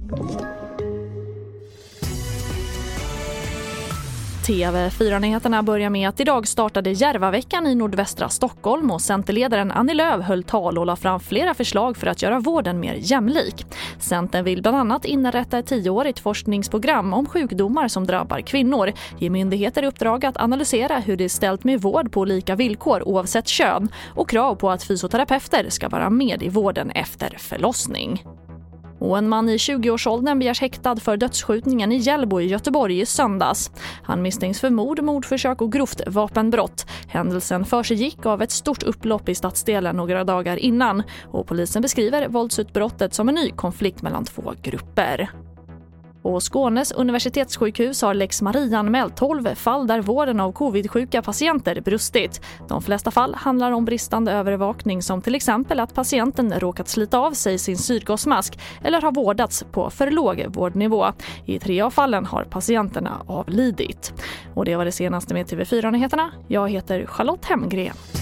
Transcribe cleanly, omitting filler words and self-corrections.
TV4-nyheterna börjar med att idag startade Järvaveckan i nordvästra Stockholm och Centerledaren Annie Lööf höll tal och la fram flera förslag för att göra vården mer jämlik. Centern vill bland annat inrätta ett 10-årigt forskningsprogram om sjukdomar som drabbar kvinnor, ge myndigheter uppdrag att analysera hur det är ställt med vård på lika villkor oavsett kön och krav på att fysioterapeuter ska vara med i vården efter förlossning. Och en man i 20-årsåldern begärs häktad för dödsskjutningen i Hjällbo i Göteborg i söndags. Han misstänks för mord, mordförsök och grovt vapenbrott. Händelsen försiggick av ett stort upplopp i stadsdelen några dagar innan och polisen beskriver våldsutbrottet som en ny konflikt mellan två grupper. Och Skånes universitetssjukhus har Lex Maria anmält 12 fall där vården av covid-sjuka patienter brustit. De flesta fall handlar om bristande övervakning som till exempel att patienten råkat slita av sig sin syrgasmask eller har vårdats på för låg vårdnivå. I 3 av fallen har patienterna avlidit. Och det var det senaste med TV4-nyheterna. Jag heter Charlotte Hemgren.